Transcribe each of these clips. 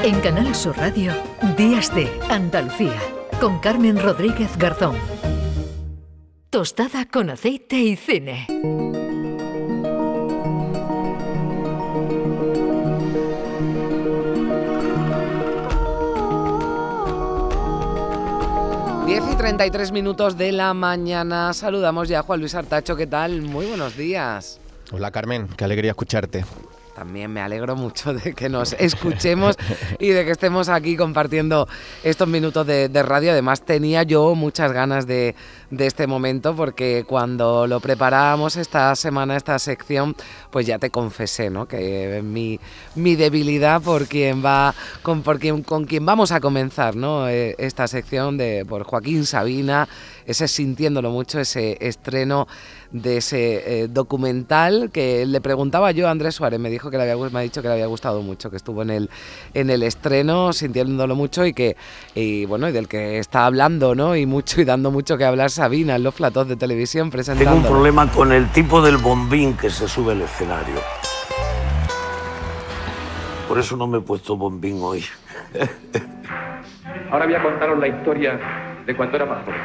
En Canal Sur Radio, Días de Andalucía, con Carmen Rodríguez Garzón. Tostada con aceite y cine. Y 33 minutos de la mañana. Saludamos ya a Juan Luis Artacho. ¿Qué tal? Muy buenos días. Hola Carmen, qué alegría escucharte. También me alegro mucho de que nos escuchemos y de que estemos aquí compartiendo estos minutos de radio. Además tenía yo muchas ganas de este momento, porque cuando lo preparábamos esta semana, esta sección, pues ya te confesé, ¿no?, que mi debilidad por quien con quien vamos a comenzar, ¿no?, esta sección por Joaquín Sabina, ese Sintiéndolo Mucho, ese estreno de ese documental que le preguntaba yo a Andrés Suárez. Me ha dicho que le había gustado mucho, que estuvo en el estreno, Sintiéndolo Mucho, y del que está hablando, ¿no?, y dando mucho que hablar Sabina en los platós de televisión presentando. Tengo un problema con el tipo del bombín que se sube al escenario. Por eso no me he puesto bombín hoy. Ahora voy a contaros la historia de cuando era más joven.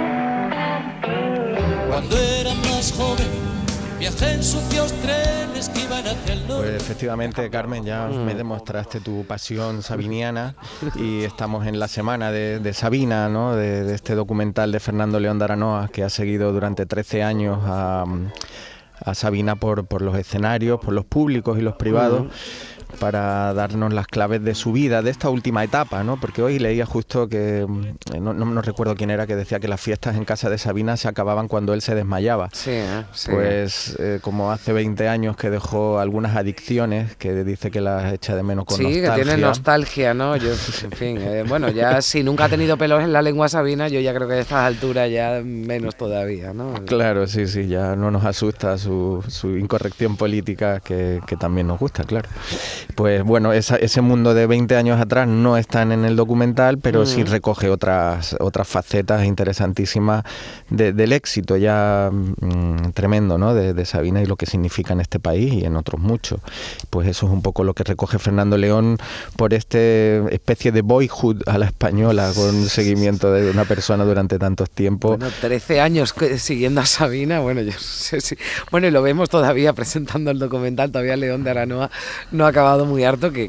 Cuando era más joven, viajé en sucios trenes que iban hacia el norte. Pues efectivamente, Carmen, ya me demostraste tu pasión sabiniana y estamos en la semana de Sabina, ¿no?, de este documental de Fernando León de Aranoa, que ha seguido durante 13 años a Sabina por los escenarios, por los públicos y los privados, para darnos las claves de su vida, de esta última etapa, ¿no? Porque hoy leía justo que, no recuerdo quién era, que decía que las fiestas en casa de Sabina se acababan cuando él se desmayaba. Sí, sí. Pues como hace 20 años que dejó algunas adicciones, que dice que las echa de menos con nostalgia. Sí, que tiene nostalgia, ¿no? Yo, en fin, ya si nunca ha tenido pelos en la lengua Sabina, yo ya creo que a estas alturas ya menos todavía, ¿no? Claro, sí, ya no nos asusta su incorrección política, que también nos gusta, claro. Pues bueno, ese mundo de 20 años atrás no están en el documental, pero sí recoge otras facetas interesantísimas del éxito ya tremendo, ¿no?, de Sabina y lo que significa en este país y en otros muchos. Pues eso es un poco lo que recoge Fernando León por especie de boyhood a la española, con seguimiento de una persona durante tantos tiempos. Bueno, 13 años siguiendo a Sabina, yo no sé si... Bueno, y lo vemos todavía presentando el documental, todavía León de Aranoa no ha acabado muy harto, que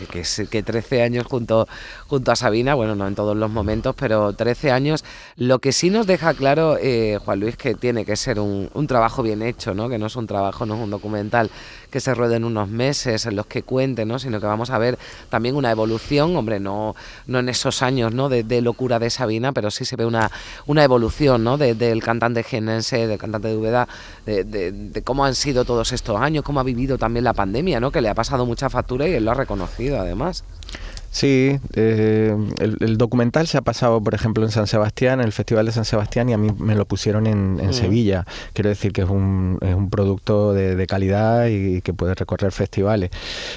13 años junto a Sabina, no en todos los momentos, pero 13 años. Lo que sí nos deja claro, Juan Luis, que tiene que ser un trabajo bien hecho, ¿no?, que no es un documental que se ruede en unos meses, en los que cuente, ¿no?, sino que vamos a ver también una evolución, no en esos años, ¿no?, de locura de Sabina, pero sí se ve una evolución, ¿no?, del cantante jienense, del cantante de Úbeda, de cómo han sido todos estos años, cómo ha vivido también la pandemia, ¿no?, que le ha pasado mucha factura y él lo ha reconocido además. Sí, el documental se ha pasado, por ejemplo, en San Sebastián, en el Festival de San Sebastián, y a mí me lo pusieron en Sevilla. Quiero decir que es un producto de calidad y que puede recorrer festivales.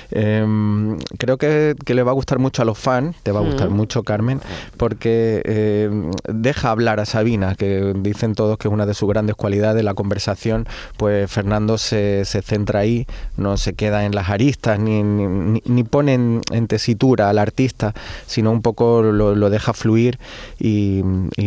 Creo que le va a gustar mucho a los fans, te va a gustar mucho, Carmen, porque deja hablar a Sabina, que dicen todos que es una de sus grandes cualidades, la conversación. Pues Fernando se centra ahí, no se queda en las aristas, ni pone en tesitura al artista, sino un poco lo deja fluir y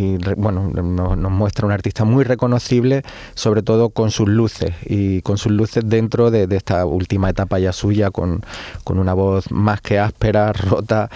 nos muestra un artista muy reconocible, sobre todo con sus luces dentro de esta última etapa ya suya, con una voz más que áspera, rota,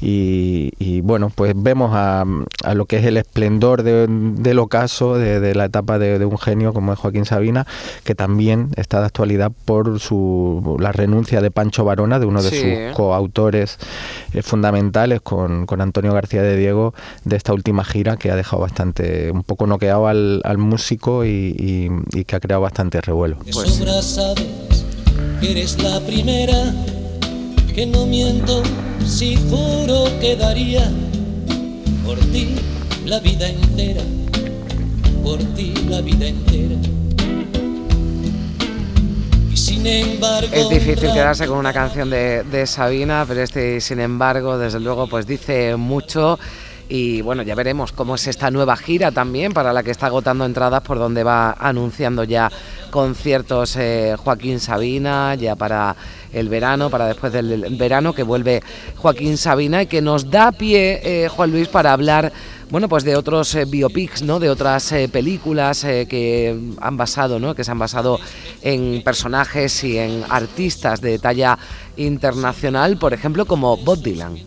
y pues vemos a lo que es el esplendor del ocaso de la etapa de un genio como es Joaquín Sabina, que también está de actualidad por la renuncia de Pancho Varona, de uno de sus coautores fundamentales con Antonio García de Diego, de esta última gira, que ha dejado un poco noqueado al músico y que ha creado bastante revuelo. De sobra sabes que eres la primera, que no miento si juro que daría por ti la vida entera, por ti la vida entera. Es difícil quedarse con una canción de Sabina, pero sin embargo, desde luego, pues dice mucho. Y ya veremos cómo es esta nueva gira también, para la que está agotando entradas, por donde va anunciando ya conciertos Joaquín Sabina, ya para el verano, para después del verano, que vuelve Joaquín Sabina y que nos da pie, Juan Luis, para hablar, bueno, pues de otros biopics, ¿no? De otras películas que han basado, ¿no? Que se han basado en personajes y en artistas de talla internacional, por ejemplo, como Bob Dylan.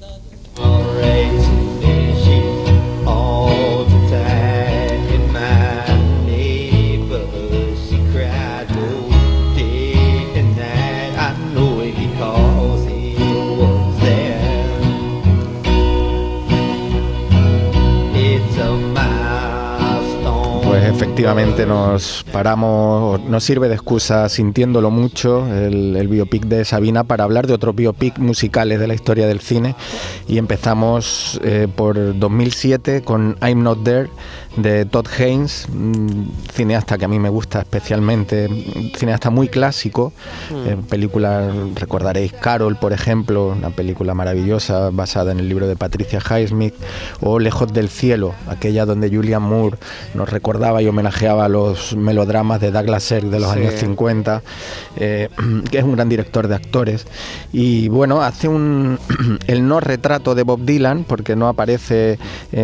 Efectivamente nos paramos, nos sirve de excusa, sintiéndolo mucho, el biopic de Sabina, para hablar de otros biopic musicales de la historia del cine, y empezamos por 2007 con I'm Not There, de Todd Haynes, un cineasta que a mí me gusta especialmente, un cineasta muy clásico. Películas, recordaréis Carol, por ejemplo, una película maravillosa basada en el libro de Patricia Highsmith, o Lejos del cielo, aquella donde Julianne Moore nos recordaba y homenajeaba los melodramas de Douglas Sirk de los años 50, que es un gran director de actores. Y bueno, hace el no retrato de Bob Dylan, porque no aparece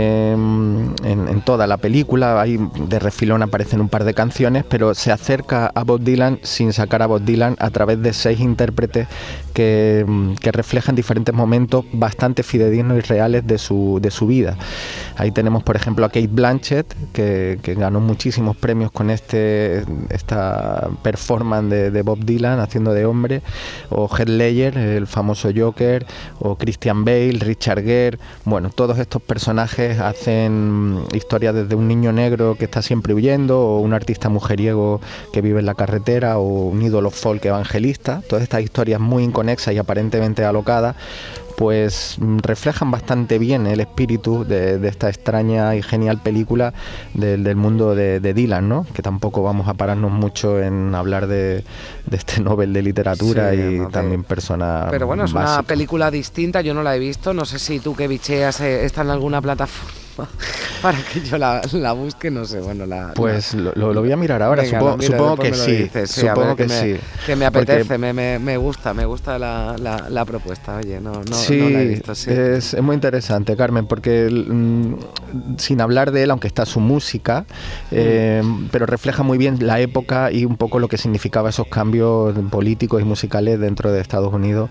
en toda la película, ahí de refilón aparecen un par de canciones, pero se acerca a Bob Dylan sin sacar a Bob Dylan, a través de 6 intérpretes que reflejan diferentes momentos bastante fidedignos y reales de su vida. Ahí tenemos, por ejemplo, a Kate Blanchett, que ganó muchísimos premios con esta performance de Bob Dylan haciendo de hombre, o Heath Ledger, el famoso Joker, o Christian Bale, Richard Gere. Bueno, todos estos personajes hacen historias desde un niño negro que está siempre huyendo, o un artista mujeriego que vive en la carretera, o un ídolo folk evangelista. Todas estas historias muy inconexas y aparentemente alocadas, pues reflejan bastante bien el espíritu de esta extraña y genial película del mundo de Dylan, ¿no? Que tampoco vamos a pararnos mucho en hablar de este Nobel de literatura, también persona. Pero bueno, es básica. Una película distinta, yo no la he visto, no sé si tú, que bicheas, está en alguna plataforma para que yo la busque, no sé, bueno, pues lo voy a mirar ahora. Venga, supongo que sí, supongo que sí, que me apetece, porque me gusta la propuesta. Oye, no la he visto. Sí. Es muy interesante, Carmen, porque sin hablar de él, aunque está su música, pero refleja muy bien la época y un poco lo que significaba esos cambios políticos y musicales dentro de Estados Unidos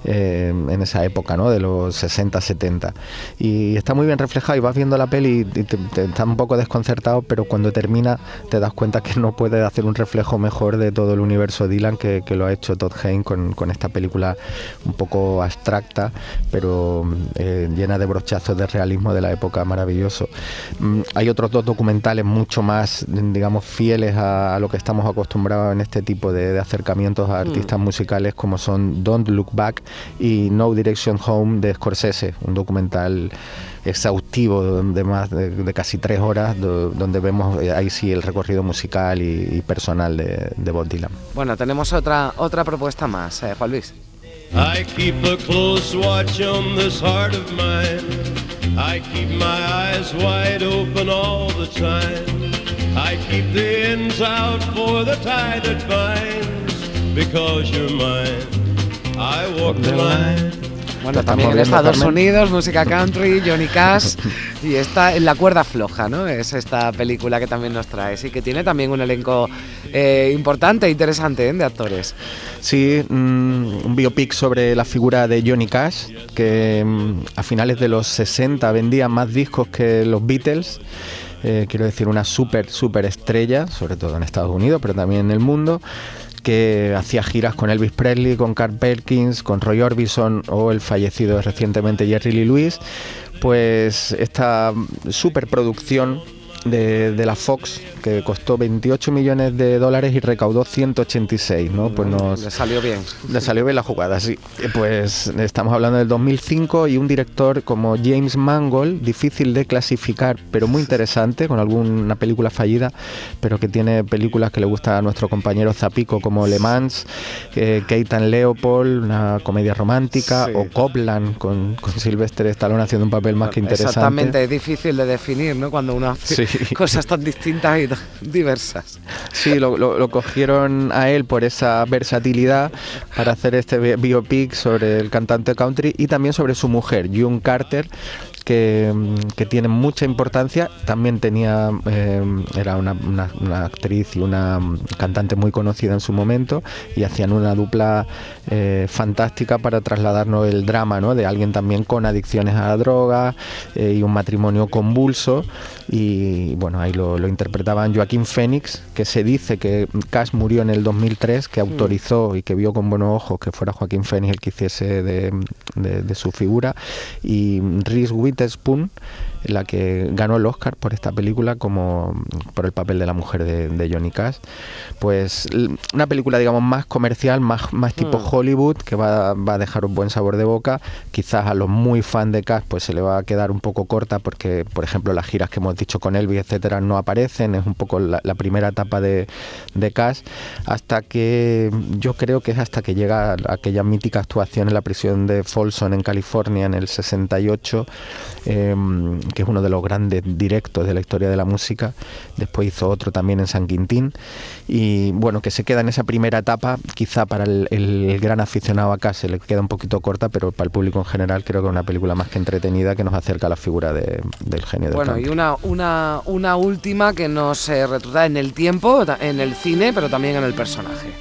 en esa época, ¿no? De los 60-70, y está muy bien reflejado, y vas viendo la peli y te está un poco desconcertado, pero cuando termina te das cuenta que no puede hacer un reflejo mejor de todo el universo Dylan que lo ha hecho Todd Haynes con esta película un poco abstracta, pero llena de brochazos de realismo de la época, maravilloso. Hay otros 2 documentales mucho más, digamos, fieles a lo que estamos acostumbrados en este tipo de acercamientos a artistas musicales, como son Don't Look Back y No Direction Home de Scorsese, un documental exhaustivo de más de casi 3 horas, donde vemos ahí sí el recorrido musical y personal de Bob Dylan. Bueno, tenemos otra propuesta más, Juan Luis. I keep a close watch on this heart of mine. I keep my eyes wide open all the time. I keep the ends out for the tie that binds. Because you're mine, I walk the line. Bueno, también en Estados Unidos, música country, Johnny Cash, y está en La cuerda floja, ¿no? Es esta película que también nos trae, y que tiene también un elenco importante e interesante, de actores. Sí, un biopic sobre la figura de Johnny Cash, que a finales de los 60 vendía más discos que los Beatles. Quiero decir, una súper estrella, sobre todo en Estados Unidos, pero también en el mundo, que hacía giras con Elvis Presley, con Carl Perkins, con Roy Orbison, o el fallecido recientemente Jerry Lee Lewis. Pues esta superproducción de la Fox, que costó $28 millones y recaudó 186, ¿no? Pues le salió bien. Le salió bien la jugada, sí. Pues estamos hablando del 2005, y un director como James Mangold, difícil de clasificar, pero muy interesante, con alguna película fallida, pero que tiene películas que le gustan a nuestro compañero Zapico, como Le Mans, Kate and Leopold, una comedia romántica, o Copland, con Sylvester Stallone haciendo un papel más que interesante. Exactamente, es difícil de definir, ¿no? Cuando uno hace cosas tan distintas y tan diversas. Sí, lo cogieron a él por esa versatilidad para hacer este biopic sobre el cantante country y también sobre su mujer, June Carter, que tiene mucha importancia. También tenía era una actriz y una cantante muy conocida en su momento, y hacían una dupla fantástica para trasladarnos el drama, ¿no?, de alguien también con adicciones a la droga y un matrimonio convulso. Y bueno, ahí lo interpretaban Joaquín Phoenix, que se dice que Cash murió en el 2003, que autorizó y que vio con buenos ojos que fuera Joaquín Phoenix el que hiciese de su figura, y Reese Witherspoon, la que ganó el Oscar por esta película por el papel de la mujer de Johnny Cash. Pues una película, digamos, más comercial, más tipo Hollywood, que va a dejar un buen sabor de boca. Quizás a los muy fan de Cash pues se le va a quedar un poco corta, porque por ejemplo las giras que hemos dicho con Elvis, etcétera, no aparecen. Es un poco la primera etapa de Cash, hasta que yo creo que es hasta que llega aquella mítica actuación en la prisión de Folsom en California en el 68, que es uno de los grandes directos de la historia de la música. Después hizo otro también en San Quintín, y bueno, que se queda en esa primera etapa. Quizá para el gran aficionado a Cash se le queda un poquito corta, pero para el público en general creo que es una película más que entretenida, que nos acerca a la figura del genio del country. Y una última que nos retrata en el tiempo, en el cine, pero también en el personaje.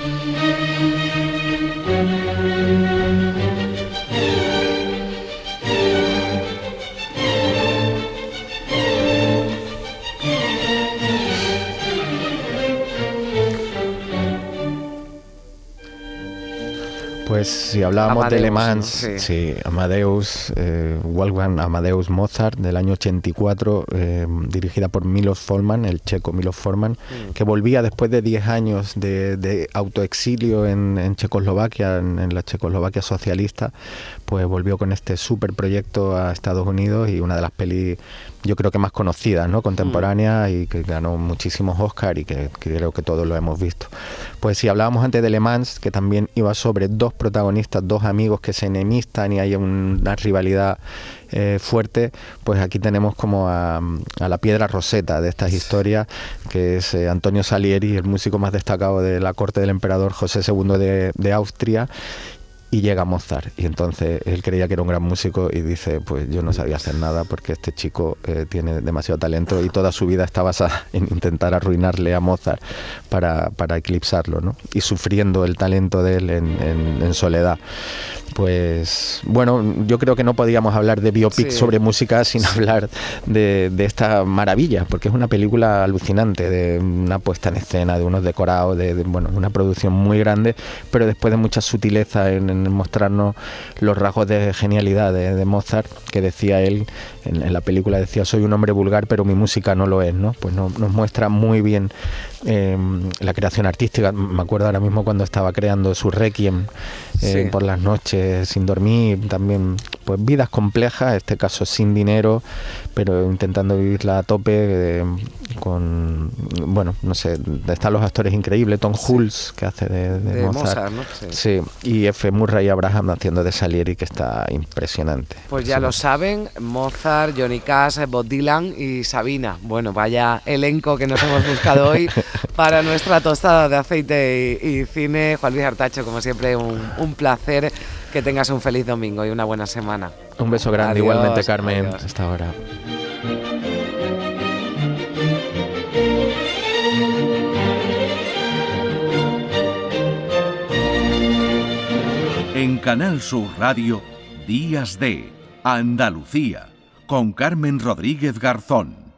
Pues si hablábamos Amadeus, de Le Mans, ¿no? sí, Amadeus, Wolfgang Amadeus Mozart, del año 84, dirigida por Milos Forman, el checo Milos Forman, que volvía después de 10 años de autoexilio en Checoslovaquia, en la Checoslovaquia socialista. Pues volvió con este súper proyecto a Estados Unidos, y una de las pelis, yo creo que más conocidas, ¿no?, contemporáneas, y que ganó muchísimos Oscar, y que creo que todos lo hemos visto. Pues si hablábamos antes de Le Mans, que también iba sobre dos protagonistas, dos amigos que se enemistan y hay una rivalidad fuerte, pues aquí tenemos como a la piedra roseta de estas historias, que es Antonio Salieri, el músico más destacado de la corte del emperador José II de Austria. Y llega Mozart, y entonces él creía que era un gran músico y dice, pues yo no sabía hacer nada, porque este chico tiene demasiado talento, y toda su vida está basada en intentar arruinarle a Mozart para eclipsarlo, ¿no? Y sufriendo el talento de él en soledad. Pues bueno, yo creo que no podíamos hablar de biopic sobre música sin hablar de esta maravilla, porque es una película alucinante, de una puesta en escena, de unos decorados, de una producción muy grande, pero después de mucha sutileza en mostrarnos los rasgos de genialidad de Mozart, que decía él en la película, decía: soy un hombre vulgar, pero mi música no lo es, ¿no? Pues nos muestra muy bien la creación artística. Me acuerdo ahora mismo cuando estaba creando su Requiem, por las noches sin dormir, también pues vidas complejas, en este caso sin dinero, pero intentando vivirla a tope, con, no sé, están los actores increíbles, Tom Hulce, que hace de Mozart, ¿no? Sí, y F. Murray Abraham haciendo de Salieri, que está impresionante. Pues ya lo saben, Mozart, Johnny Cash, Bob Dylan y Sabina. Bueno, vaya elenco que nos hemos buscado hoy para nuestra tostada de aceite y cine. Juan Luis Artacho, como siempre, un placer. Que tengas un feliz domingo y una buena semana. Un beso grande. Adiós, igualmente, Carmen. Adiós. Hasta ahora. En Canal Sur Radio, Días de Andalucía, con Carmen Rodríguez Garzón.